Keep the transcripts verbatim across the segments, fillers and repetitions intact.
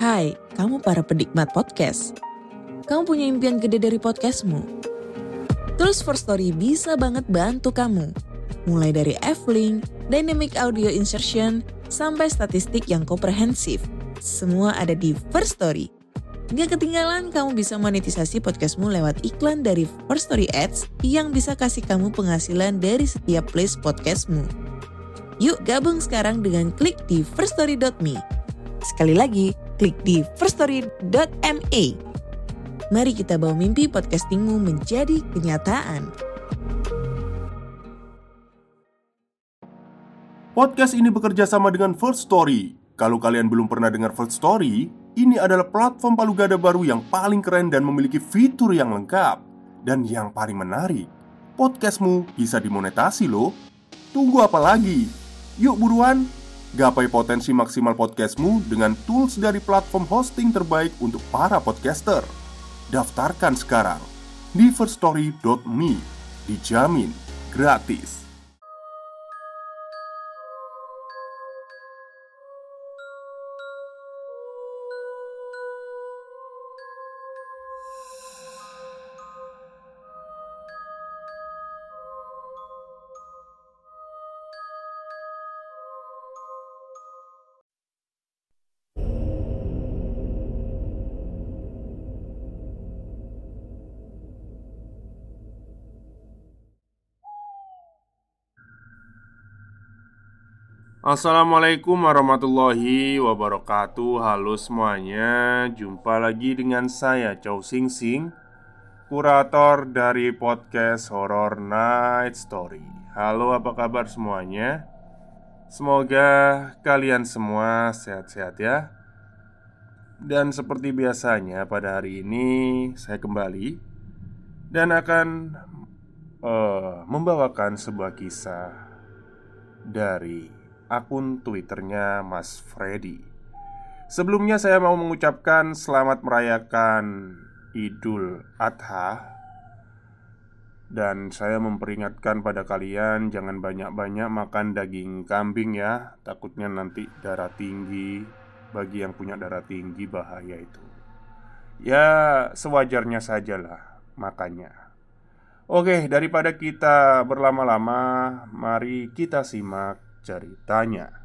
Hai, kamu para penikmat podcast. Kamu punya impian gede dari podcastmu? Tools for Story bisa banget bantu kamu. Mulai dari F-Link, Dynamic Audio Insertion, sampai statistik yang komprehensif. Semua ada di First Story. Gak ketinggalan kamu bisa monetisasi podcastmu lewat iklan dari First Story Ads yang bisa kasih kamu penghasilan dari setiap place podcastmu. Yuk gabung sekarang dengan klik di first story dot me. Sekali lagi, klik di first story dot me. Mari kita bawa mimpi podcastingmu menjadi kenyataan. Podcast ini bekerja sama dengan First Story. Kalau kalian belum pernah dengar First Story, ini adalah platform palu gada baru yang paling keren dan memiliki fitur yang lengkap. Dan yang paling menarik, podcastmu bisa dimonetasi loh. Tunggu apa lagi? Yuk buruan, gapai potensi maksimal podcastmu dengan tools dari platform hosting terbaik untuk para podcaster. Daftarkan sekarang di first story dot me. Dijamin gratis. Assalamualaikum warahmatullahi wabarakatuh. Halo semuanya, jumpa lagi dengan saya Chow Sing Sing, kurator dari podcast Horror Night Story. Halo, apa kabar semuanya? Semoga kalian semua sehat-sehat ya. Dan seperti biasanya pada hari ini saya kembali dan akan uh, membawakan sebuah kisah dari akun Twitternya Mas Freddy. Sebelumnya saya mau mengucapkan selamat merayakan Idul Adha. Dan saya memperingatkan pada kalian jangan banyak-banyak makan daging kambing ya. Takutnya nanti darah tinggi. Bagi yang punya darah tinggi bahaya itu. Ya sewajarnya sajalah makannya. Oke, daripada kita berlama-lama, mari kita simak ceritanya.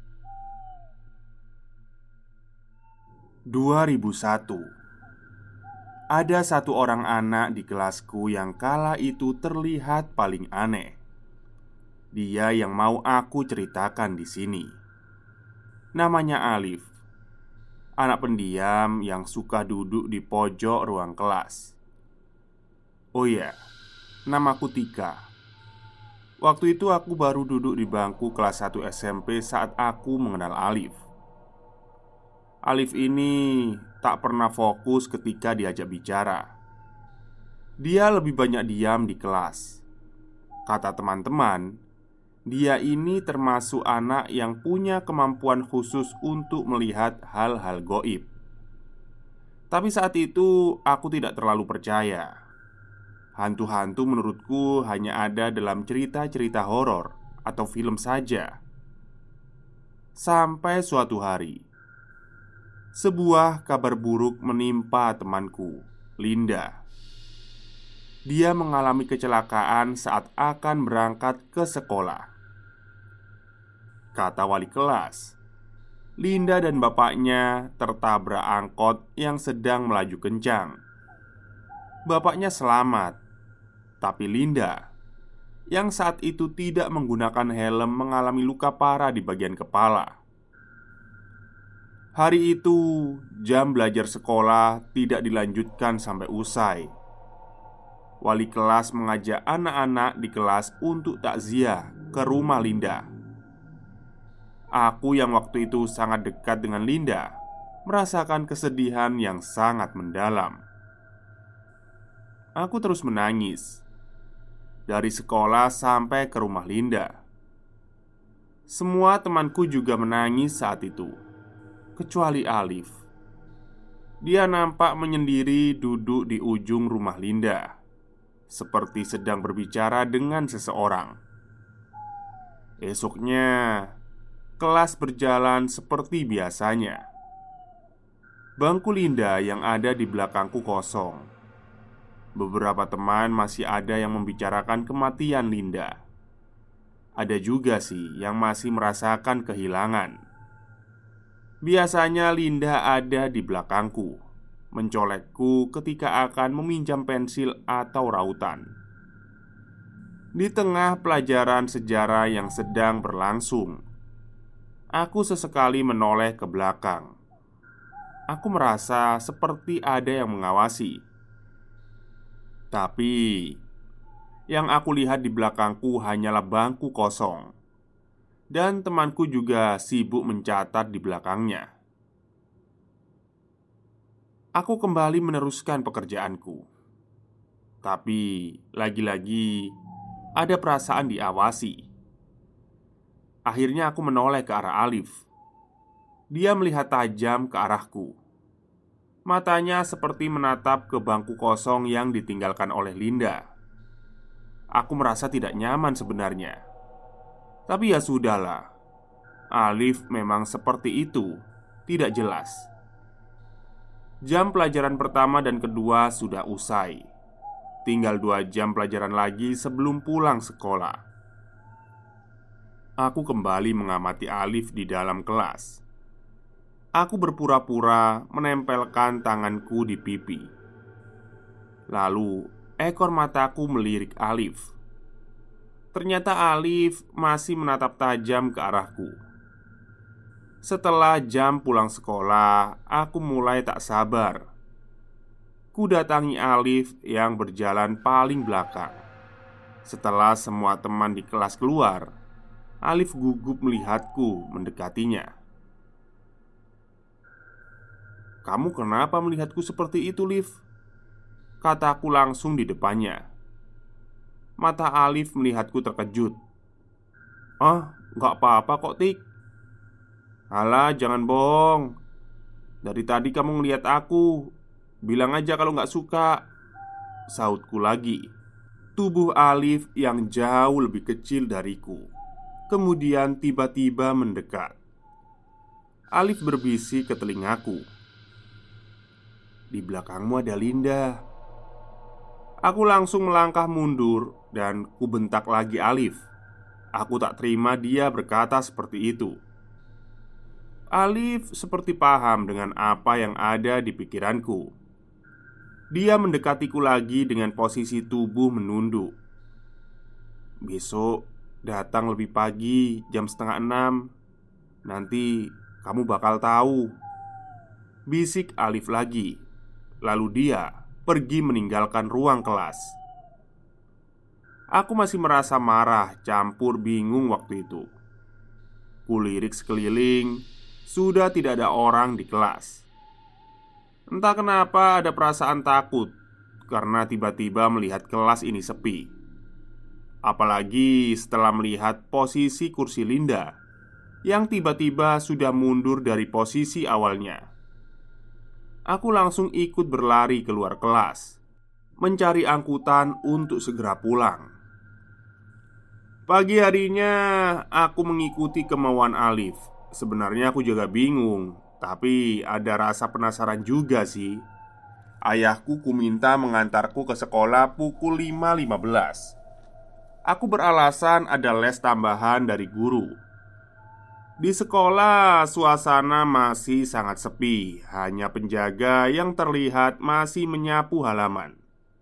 dua ribu satu. Ada satu orang anak di kelasku yang kala itu terlihat paling aneh. Dia yang mau aku ceritakan di sini. Namanya Alif. Anak pendiam yang suka duduk di pojok ruang kelas. Oh ya, namaku Tika. Waktu itu aku baru duduk di bangku kelas satu S M P saat aku mengenal Alif. Alif ini tak pernah fokus ketika diajak bicara. Dia lebih banyak diam di kelas. Kata teman-teman, dia ini termasuk anak yang punya kemampuan khusus untuk melihat hal-hal goib. Tapi saat itu aku tidak terlalu percaya. Hantu-hantu menurutku hanya ada dalam cerita-cerita horor atau film saja. Sampai suatu hari, sebuah kabar buruk menimpa temanku, Linda. Dia mengalami kecelakaan saat akan berangkat ke sekolah. Kata wali kelas, Linda dan bapaknya tertabrak angkot yang sedang melaju kencang. Bapaknya selamat, tapi Linda yang saat itu tidak menggunakan helm mengalami luka parah di bagian kepala. Hari itu jam belajar sekolah tidak dilanjutkan sampai usai. Wali kelas mengajak anak-anak di kelas untuk takziah ke rumah Linda. Aku yang waktu itu sangat dekat dengan Linda merasakan kesedihan yang sangat mendalam. Aku terus menangis dari sekolah sampai ke rumah Linda. Semua temanku juga menangis saat itu, kecuali Alif. Dia nampak menyendiri duduk di ujung rumah Linda, seperti sedang berbicara dengan seseorang. Esoknya, kelas berjalan seperti biasanya. Bangku Linda yang ada di belakangku kosong. Beberapa teman masih ada yang membicarakan kematian Linda. Ada juga sih yang masih merasakan kehilangan. Biasanya Linda ada di belakangku, mencolekku ketika akan meminjam pensil atau rautan. Di tengah pelajaran sejarah yang sedang berlangsung, aku sesekali menoleh ke belakang. Aku merasa seperti ada yang mengawasi. Tapi yang aku lihat di belakangku hanyalah bangku kosong. Dan temanku juga sibuk mencatat di belakangnya. Aku kembali meneruskan pekerjaanku. Tapi lagi-lagi ada perasaan diawasi. Akhirnya aku menoleh ke arah Alif. Dia melihat tajam ke arahku. Matanya seperti menatap ke bangku kosong yang ditinggalkan oleh Linda. Aku merasa tidak nyaman sebenarnya. Tapi ya sudahlah. Alif memang seperti itu, tidak jelas. Jam pelajaran pertama dan kedua sudah usai. Tinggal dua jam pelajaran lagi sebelum pulang sekolah. Aku kembali mengamati Alif di dalam kelas. Aku berpura-pura menempelkan tanganku di pipi. Lalu ekor mataku melirik Alif. Ternyata Alif masih menatap tajam ke arahku. Setelah jam pulang sekolah, aku mulai tak sabar. Ku datangi Alif yang berjalan paling belakang. Setelah semua teman di kelas keluar, Alif gugup melihatku mendekatinya. "Kamu kenapa melihatku seperti itu, Liv?" kataku langsung di depannya. Mata Alif melihatku terkejut. "Ah, gak apa-apa kok, Tik." "Alah, jangan bohong. Dari tadi kamu ngeliat aku. Bilang aja kalau gak suka," sautku lagi. Tubuh Alif yang jauh lebih kecil dariku kemudian tiba-tiba mendekat. Alif berbisik ke telingaku, "Di belakangmu ada Linda." Aku langsung melangkah mundur dan ku bentak lagi Alif. Aku tak terima dia berkata seperti itu. Alif seperti paham dengan apa yang ada di pikiranku. Dia mendekatiku lagi dengan posisi tubuh menunduk. "Besok datang lebih pagi, jam setengah enam. Nanti kamu bakal tahu," bisik Alif lagi. Lalu dia pergi meninggalkan ruang kelas. Aku masih merasa marah campur bingung waktu itu. Kulirik sekeliling, sudah tidak ada orang di kelas. Entah kenapa ada perasaan takut karena tiba-tiba melihat kelas ini sepi. Apalagi setelah melihat posisi kursi Linda yang tiba-tiba sudah mundur dari posisi awalnya. Aku langsung ikut berlari keluar kelas, mencari angkutan untuk segera pulang. Pagi harinya aku mengikuti kemauan Alif. Sebenarnya aku juga bingung, tapi ada rasa penasaran juga sih. Ayahku kuminta mengantarku ke sekolah pukul lima lima belas. Aku beralasan ada les tambahan dari guru. Di sekolah, suasana masih sangat sepi. Hanya penjaga yang terlihat masih menyapu halaman.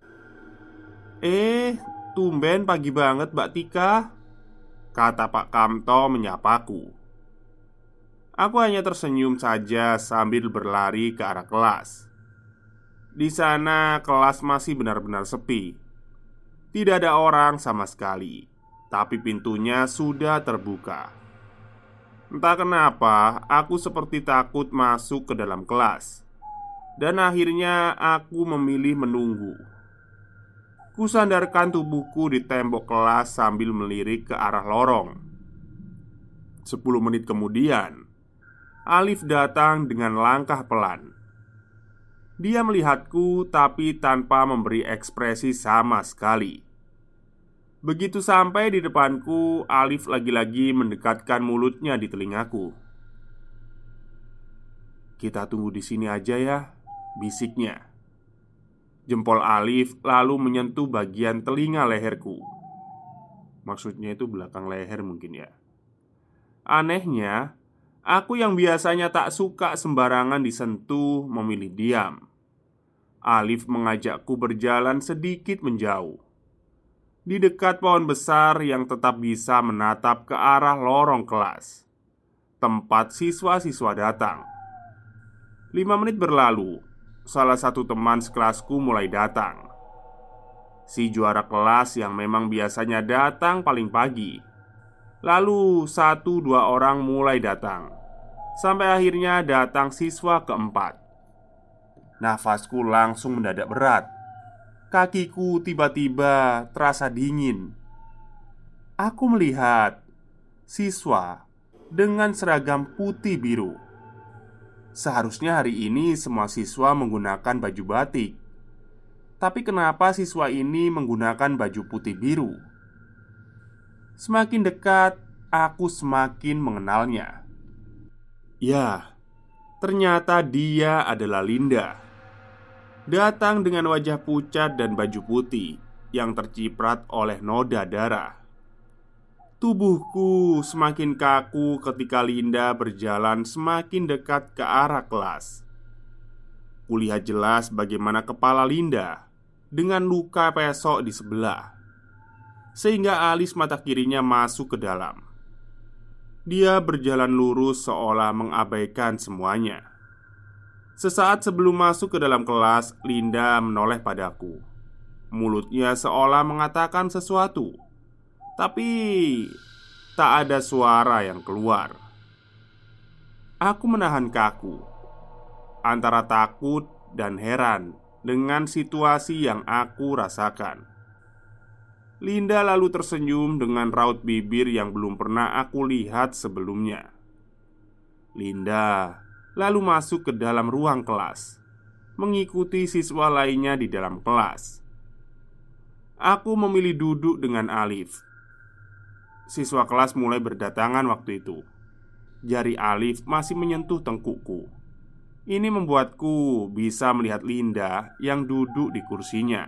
"Eh, tumben pagi banget Mbak Tika," kata Pak Kamto menyapaku. Aku hanya tersenyum saja sambil berlari ke arah kelas. Di sana kelas masih benar-benar sepi. Tidak ada orang sama sekali. Tapi pintunya sudah terbuka. Entah kenapa, aku seperti takut masuk ke dalam kelas. Dan akhirnya aku memilih menunggu. Kusandarkan tubuhku di tembok kelas sambil melirik ke arah lorong. Sepuluh menit kemudian, Alif datang dengan langkah pelan. Dia melihatku tapi tanpa memberi ekspresi sama sekali. Begitu sampai di depanku, Alif lagi-lagi mendekatkan mulutnya di telingaku. "Kita tunggu di sini aja ya," bisiknya. Jempol Alif lalu menyentuh bagian telinga leherku. Maksudnya itu belakang leher mungkin ya. Anehnya, aku yang biasanya tak suka sembarangan disentuh memilih diam. Alif mengajakku berjalan sedikit menjauh, di dekat pohon besar yang tetap bisa menatap ke arah lorong kelas, tempat siswa-siswa datang. Lima menit berlalu, salah satu teman sekelasku mulai datang. Si juara kelas yang memang biasanya datang paling pagi. Lalu satu dua orang mulai datang, sampai akhirnya datang siswa keempat. Nafasku langsung mendadak berat. Kakiku tiba-tiba terasa dingin. Aku melihat siswa dengan seragam putih biru. Seharusnya hari ini semua siswa menggunakan baju batik. Tapi kenapa siswa ini menggunakan baju putih biru? Semakin dekat, aku semakin mengenalnya. Ya, ternyata dia adalah Linda. Datang dengan wajah pucat dan baju putih yang terciprat oleh noda darah. Tubuhku semakin kaku ketika Linda berjalan semakin dekat ke arah kelas. Kulihat jelas bagaimana kepala Linda dengan luka pesok di sebelah, sehingga alis mata kirinya masuk ke dalam. Dia berjalan lurus seolah mengabaikan semuanya. Sesaat sebelum masuk ke dalam kelas, Linda menoleh padaku. Mulutnya seolah mengatakan sesuatu, tapi tak ada suara yang keluar. Aku menahan kaku antara takut dan heran dengan situasi yang aku rasakan. Linda lalu tersenyum dengan raut bibir yang belum pernah aku lihat sebelumnya. Linda lalu masuk ke dalam ruang kelas, mengikuti siswa lainnya di dalam kelas. Aku memilih duduk dengan Alif. Siswa kelas mulai berdatangan waktu itu. Jari Alif masih menyentuh tengkukku. Ini membuatku bisa melihat Linda yang duduk di kursinya.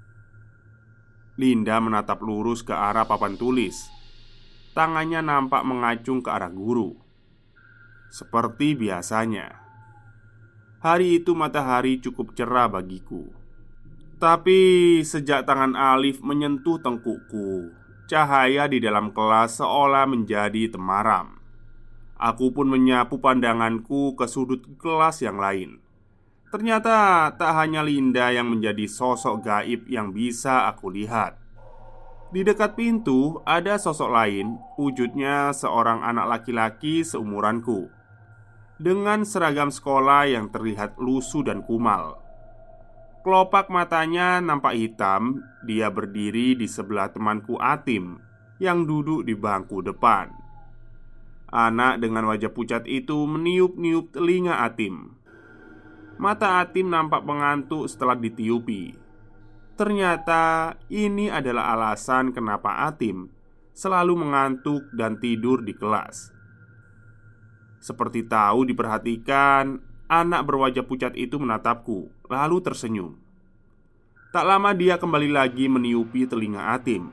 Linda menatap lurus ke arah papan tulis. Tangannya nampak mengacung ke arah guru. Seperti biasanya, hari itu matahari cukup cerah bagiku. Tapi sejak tangan Alif menyentuh tengkukku, cahaya di dalam kelas seolah menjadi temaram. Aku pun menyapu pandanganku ke sudut kelas yang lain. Ternyata tak hanya Linda yang menjadi sosok gaib yang bisa aku lihat. Di dekat pintu ada sosok lain, wujudnya seorang anak laki-laki seumuranku, dengan seragam sekolah yang terlihat lusuh dan kumal. Kelopak matanya nampak hitam. Dia berdiri di sebelah temanku Atim yang duduk di bangku depan. Anak dengan wajah pucat itu meniup-niup telinga Atim. Mata Atim nampak mengantuk setelah ditiupi. Ternyata ini adalah alasan kenapa Atim selalu mengantuk dan tidur di kelas. Seperti tahu diperhatikan, anak berwajah pucat itu menatapku, lalu tersenyum. Tak lama dia kembali lagi meniupi telinga Atim.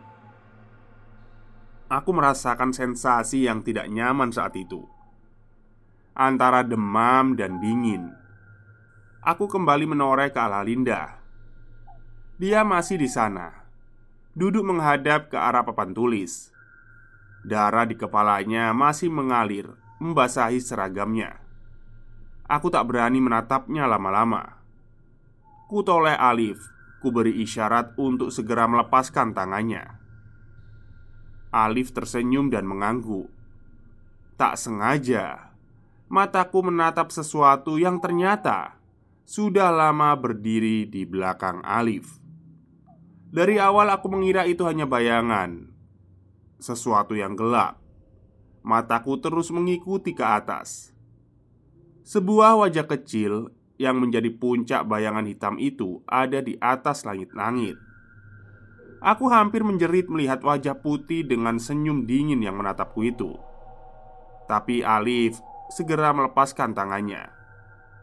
Aku merasakan sensasi yang tidak nyaman saat itu, antara demam dan dingin. Aku kembali menoleh ke arah Linda. Dia masih di sana, duduk menghadap ke arah papan tulis. Darah di kepalanya masih mengalir, membasahi seragamnya. Aku tak berani menatapnya lama-lama. Ku toleh Alif, ku beri isyarat untuk segera melepaskan tangannya. Alif tersenyum dan mengangguk. Tak sengaja, mataku menatap sesuatu yang ternyata sudah lama berdiri di belakang Alif. Dari awal aku mengira itu hanya bayangan, sesuatu yang gelap. Mataku terus mengikuti ke atas. Sebuah wajah kecil yang menjadi puncak bayangan hitam itu ada di atas langit-langit. Aku hampir menjerit melihat wajah putih dengan senyum dingin yang menatapku itu. Tapi Alif segera melepaskan tangannya.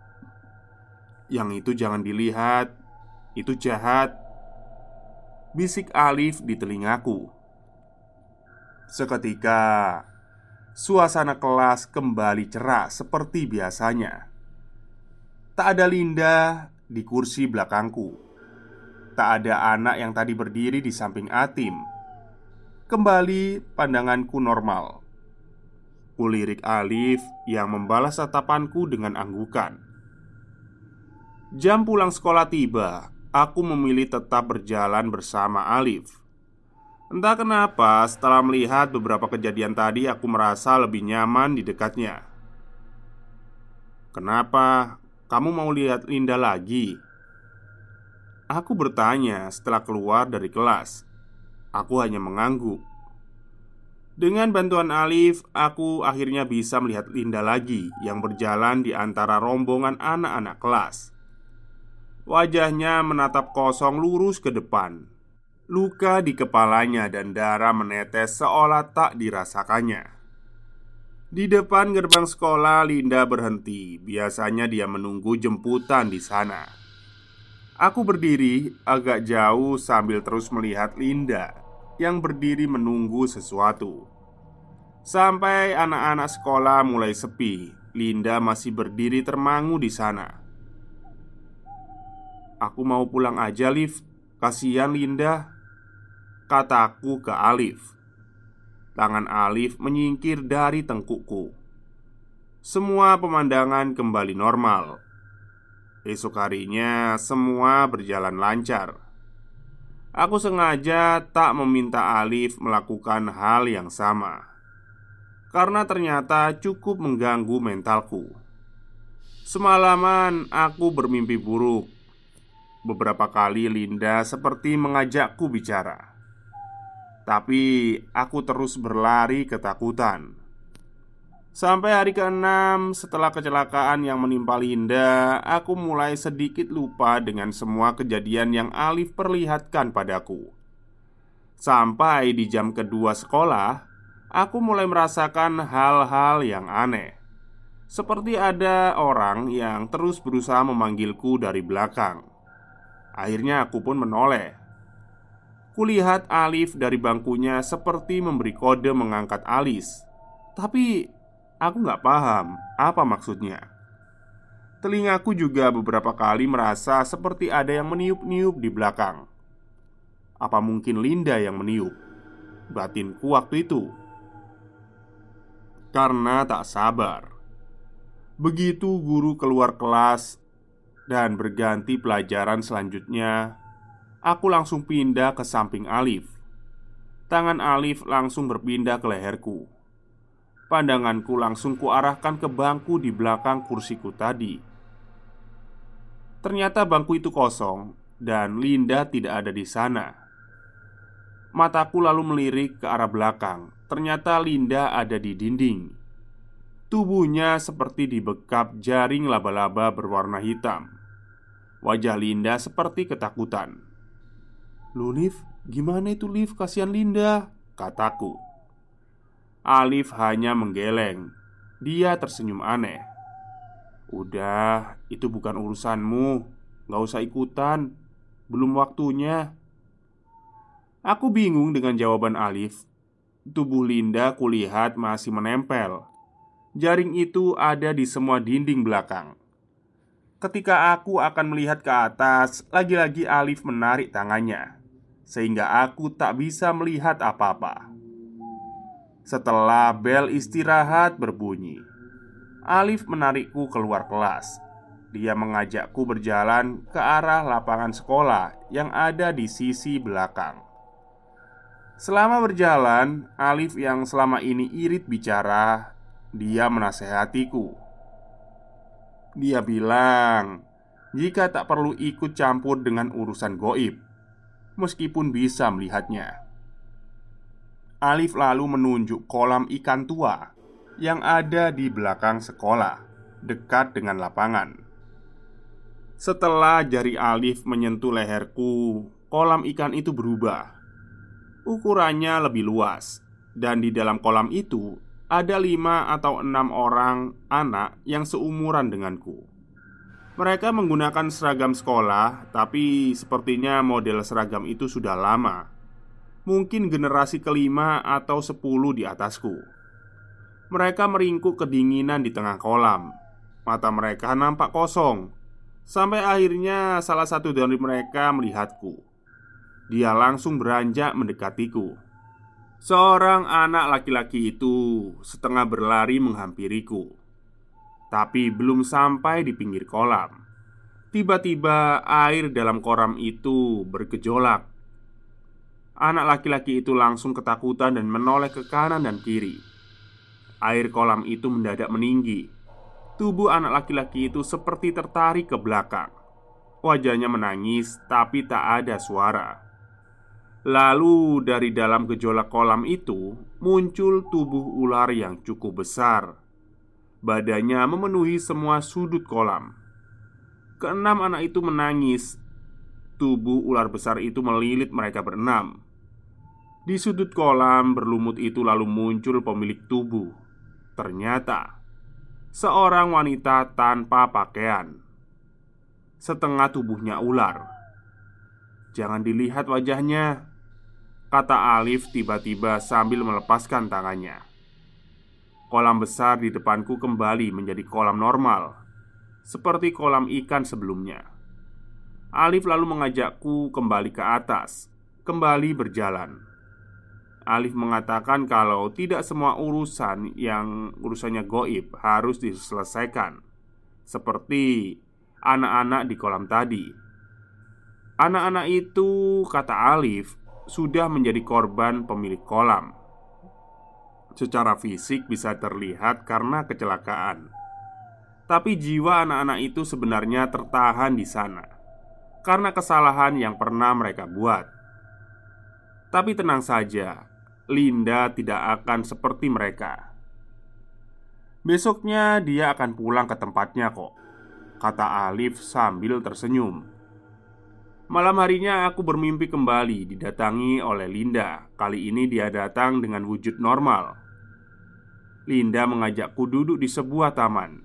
"Yang itu jangan dilihat, itu jahat," bisik Alif di telingaku. Seketika, suasana kelas kembali cerah seperti biasanya. Tak ada Linda di kursi belakangku. Tak ada anak yang tadi berdiri di samping Atim. Kembali pandanganku normal. Kulirik Alif yang membalas tatapanku dengan anggukan. Jam pulang sekolah tiba. Aku memilih tetap berjalan bersama Alif. Entah kenapa, setelah melihat beberapa kejadian tadi, aku merasa lebih nyaman di dekatnya. "Kenapa? Kamu mau lihat Linda lagi?" Aku bertanya setelah keluar dari kelas. Aku hanya mengangguk. Dengan bantuan Alif, aku akhirnya bisa melihat Linda lagi yang berjalan di antara rombongan anak-anak kelas. Wajahnya menatap kosong lurus ke depan. Luka di kepalanya dan darah menetes seolah tak dirasakannya. Di depan gerbang sekolah, Linda berhenti. Biasanya dia menunggu jemputan di sana. Aku berdiri agak jauh sambil terus melihat Linda yang berdiri menunggu sesuatu. Sampai anak-anak sekolah mulai sepi, Linda masih berdiri termangu di sana. "Aku mau pulang aja, Liv. Kasihan Linda," kataku ke Alif. Tangan Alif menyingkir dari tengkukku. Semua pemandangan kembali normal. Esok harinya semua berjalan lancar. Aku sengaja tak meminta Alif melakukan hal yang sama, karena ternyata cukup mengganggu mentalku. Semalaman aku bermimpi buruk. Beberapa kali Linda seperti mengajakku bicara, tapi aku terus berlari ketakutan. Sampai hari keenam setelah kecelakaan yang menimpa Linda, aku mulai sedikit lupa dengan semua kejadian yang Alif perlihatkan padaku. Sampai di jam kedua sekolah, aku mulai merasakan hal-hal yang aneh. Seperti ada orang yang terus berusaha memanggilku dari belakang. Akhirnya aku pun menoleh. Kulihat Alif dari bangkunya seperti memberi kode mengangkat alis. Tapi aku gak paham apa maksudnya. Telingaku juga beberapa kali merasa seperti ada yang meniup-niup di belakang. Apa mungkin Linda yang meniup? Batinku waktu itu. Karena tak sabar. Begitu guru keluar kelas dan berganti pelajaran selanjutnya, aku langsung pindah ke samping Alif. Tangan Alif langsung berpindah ke leherku. Pandanganku langsung kuarahkan ke bangku di belakang kursiku tadi. Ternyata bangku itu kosong dan Linda tidak ada di sana. Mataku lalu melirik ke arah belakang. Ternyata Linda ada di dinding. Tubuhnya seperti dibekap jaring laba-laba berwarna hitam. Wajah Linda seperti ketakutan. "Loh, Liv, gimana itu, Liv? Kasihan Linda," kataku. Alif hanya menggeleng. Dia tersenyum aneh. "Udah, itu bukan urusanmu. Gak usah ikutan. Belum waktunya." Aku bingung dengan jawaban Alif. Tubuh Linda kulihat masih menempel. Jaring itu ada di semua dinding belakang. Ketika aku akan melihat ke atas, lagi-lagi Alif menarik tangannya, sehingga aku tak bisa melihat apa-apa. Setelah bel istirahat berbunyi, Alif menarikku keluar kelas. Dia mengajakku berjalan ke arah lapangan sekolah yang ada di sisi belakang. Selama berjalan, Alif yang selama ini irit bicara, dia menasehatiku. Dia bilang, jika tak perlu ikut campur dengan urusan goib, meskipun bisa melihatnya. Alif lalu menunjuk kolam ikan tua yang ada di belakang sekolah, dekat dengan lapangan. Setelah jari Alif menyentuh leherku, kolam ikan itu berubah. Ukurannya lebih luas, dan di dalam kolam itu ada lima atau enam orang anak yang seumuran denganku. Mereka menggunakan seragam sekolah, tapi sepertinya model seragam itu sudah lama. Mungkin generasi kelima atau sepuluh di atasku. Mereka meringkuk kedinginan di tengah kolam. Mata mereka nampak kosong. Sampai akhirnya salah satu dari mereka melihatku. Dia langsung beranjak mendekatiku. Seorang anak laki-laki itu setengah berlari menghampiriku. Tapi belum sampai di pinggir kolam, tiba-tiba air dalam kolam itu bergejolak. Anak laki-laki itu langsung ketakutan dan menoleh ke kanan dan kiri. Air kolam itu mendadak meninggi. Tubuh anak laki-laki itu seperti tertarik ke belakang. Wajahnya menangis tapi tak ada suara. Lalu dari dalam gejolak kolam itu muncul tubuh ular yang cukup besar. Badannya memenuhi semua sudut kolam. Keenam anak itu menangis. Tubuh ular besar itu melilit mereka berenam. Di sudut kolam berlumut itu lalu muncul pemilik tubuh. Ternyata seorang wanita tanpa pakaian. Setengah tubuhnya ular. "Jangan dilihat wajahnya," kata Alif tiba-tiba sambil melepaskan tangannya. Kolam besar di depanku kembali menjadi kolam normal, seperti kolam ikan sebelumnya. Alif lalu mengajakku kembali ke atas, kembali berjalan. Alif mengatakan kalau tidak semua urusan yang urusannya goib harus diselesaikan, seperti anak-anak di kolam tadi. Anak-anak itu, kata Alif, sudah menjadi korban pemilik kolam. Secara fisik bisa terlihat karena kecelakaan. Tapi jiwa anak-anak itu sebenarnya tertahan di sana karena kesalahan yang pernah mereka buat. Tapi tenang saja, Linda tidak akan seperti mereka. Besoknya dia akan pulang ke tempatnya kok, kata Alif sambil tersenyum. Malam harinya aku bermimpi kembali didatangi oleh Linda. Kali ini dia datang dengan wujud normal. Linda mengajakku duduk di sebuah taman.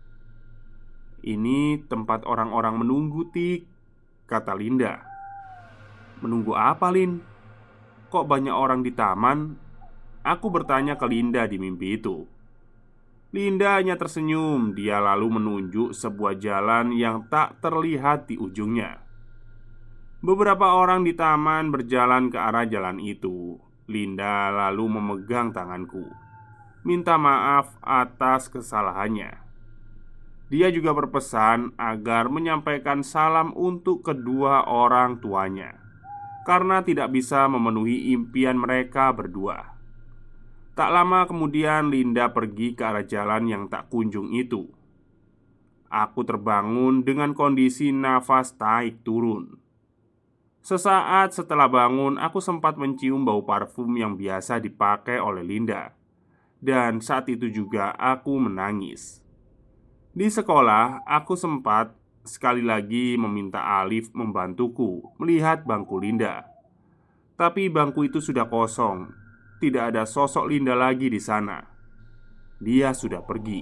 "Ini tempat orang-orang menunggu, Tik," kata Linda. "Menunggu apa, Lin? Kok banyak orang di taman?" Aku bertanya ke Linda di mimpi itu. Linda hanya tersenyum. Dia lalu menunjuk sebuah jalan yang tak terlihat di ujungnya. Beberapa orang di taman berjalan ke arah jalan itu. Linda lalu memegang tanganku, minta maaf atas kesalahannya. Dia juga berpesan agar menyampaikan salam untuk kedua orang tuanya, karena tidak bisa memenuhi impian mereka berdua. Tak lama kemudian Linda pergi ke arah jalan yang tak kunjung itu. Aku terbangun dengan kondisi nafas naik turun. Sesaat setelah bangun, aku sempat mencium bau parfum yang biasa dipakai oleh Linda. Dan saat itu juga aku menangis. Di sekolah, aku sempat sekali lagi meminta Alif membantuku melihat bangku Linda. Tapi bangku itu sudah kosong. Tidak ada sosok Linda lagi di sana. Dia sudah pergi.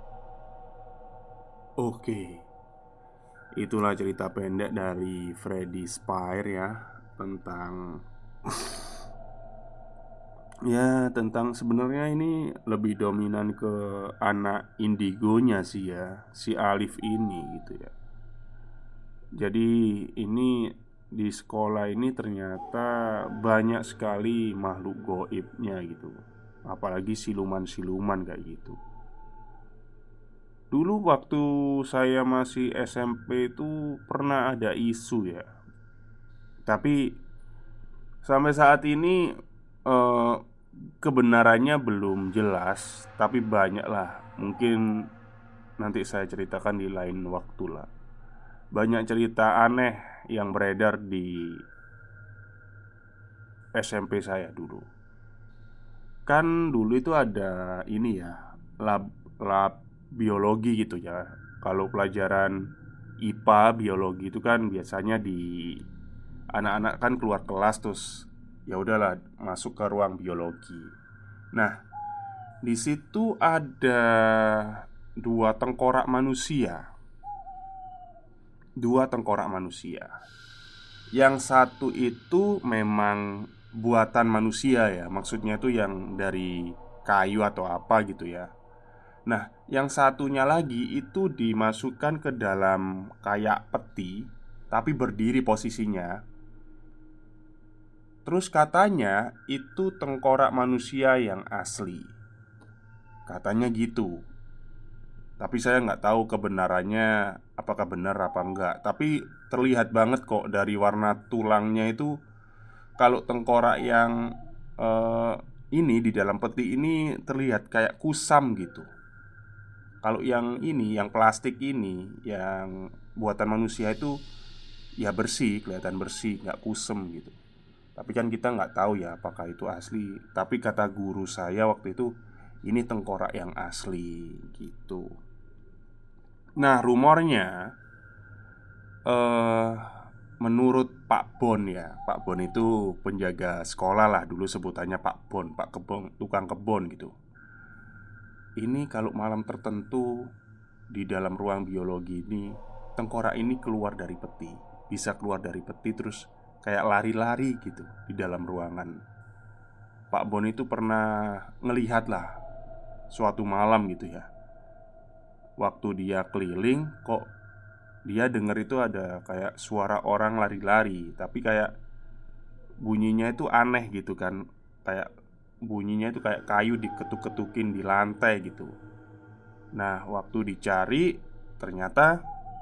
Oke. Itulah cerita pendek dari Freddy Spire ya, tentang ya tentang sebenarnya ini lebih dominan ke anak indigonya sih ya, si Alif ini gitu ya. Jadi ini di sekolah ini ternyata banyak sekali makhluk gaibnya gitu. Apalagi siluman-siluman kayak gitu. Dulu waktu saya masih S M P itu pernah ada isu ya. Tapi sampai saat ini eh, kebenarannya belum jelas. Tapi banyak lah. Mungkin nanti saya ceritakan di lain waktu lah. Banyak cerita aneh yang beredar di S M P saya dulu. Kan dulu itu ada ini ya, lab, lab biologi gitu ya. Kalau pelajaran I P A biologi itu kan biasanya di anak-anak kan keluar kelas terus ya udahlah masuk ke ruang biologi. Nah, di situ ada dua tengkorak manusia. dua tengkorak manusia. Yang satu itu memang buatan manusia ya, maksudnya itu yang dari kayu atau apa gitu ya. Nah, yang satunya lagi itu dimasukkan ke dalam kayak peti, tapi berdiri posisinya. Terus katanya itu tengkorak manusia yang asli. Katanya gitu. Tapi saya nggak tahu kebenarannya apakah benar apa enggak. Tapi terlihat banget kok dari warna tulangnya itu. Kalau tengkorak yang eh, ini di dalam peti ini terlihat kayak kusam gitu. Kalau yang ini, yang plastik ini, yang buatan manusia itu ya bersih, kelihatan bersih, nggak kusem gitu. Tapi kan kita nggak tahu ya apakah itu asli. Tapi kata guru saya waktu itu, ini tengkorak yang asli gitu. Nah, rumornya eh menurut Pak Bon ya, Pak Bon itu penjaga sekolah lah dulu, sebutannya Pak Bon, Pak Kebon, tukang kebon gitu. Ini kalau malam tertentu di dalam ruang biologi ini, tengkorak ini keluar dari peti. Bisa keluar dari peti terus kayak lari-lari gitu di dalam ruangan. Pak Bon itu pernah ngelihat lah suatu malam gitu ya. Waktu dia keliling, kok dia denger itu ada kayak suara orang lari-lari, tapi kayak bunyinya itu aneh gitu kan. Kayak bunyinya itu kayak kayu diketuk-ketukin di lantai gitu. Nah, waktu dicari ternyata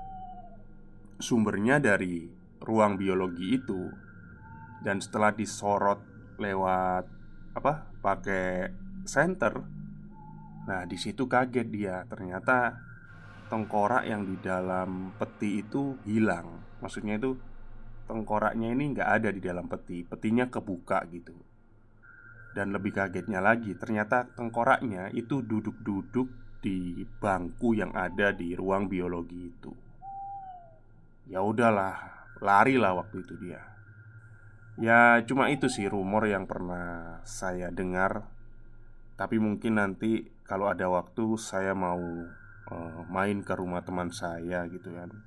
sumbernya dari ruang biologi itu. Dan setelah disorot lewat apa? Pakai senter. Nah, di situ kaget dia. Ternyata tengkorak yang di dalam peti itu hilang. Maksudnya itu tengkoraknya ini nggak ada di dalam peti. Petinya kebuka gitu. Dan lebih kagetnya lagi, ternyata tengkoraknya itu duduk-duduk di bangku yang ada di ruang biologi itu. Ya udahlah, larilah waktu itu dia. Ya cuma itu sih rumor yang pernah saya dengar. Tapi mungkin nanti kalau ada waktu saya mau uh, main ke rumah teman saya gitu kan,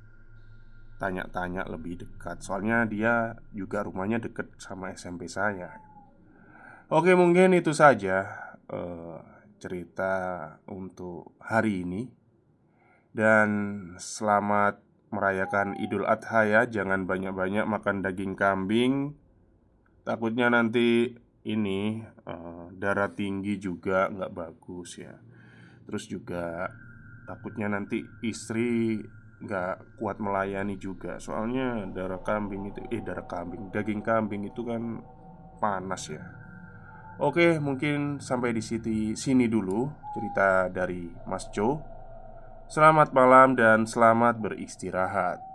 tanya-tanya lebih dekat. Soalnya dia juga rumahnya deket sama S M P saya. Oke, mungkin itu saja uh, cerita untuk hari ini. Dan selamat merayakan Idul Adha ya. Jangan banyak-banyak makan daging kambing. Takutnya nanti ini uh, darah tinggi juga nggak bagus ya. Terus juga takutnya nanti istri nggak kuat melayani juga. Soalnya darah kambing itu Eh darah kambing daging kambing itu kan panas ya. Oke, mungkin sampai di sini, sini dulu cerita dari Mas Jo. Selamat malam dan selamat beristirahat.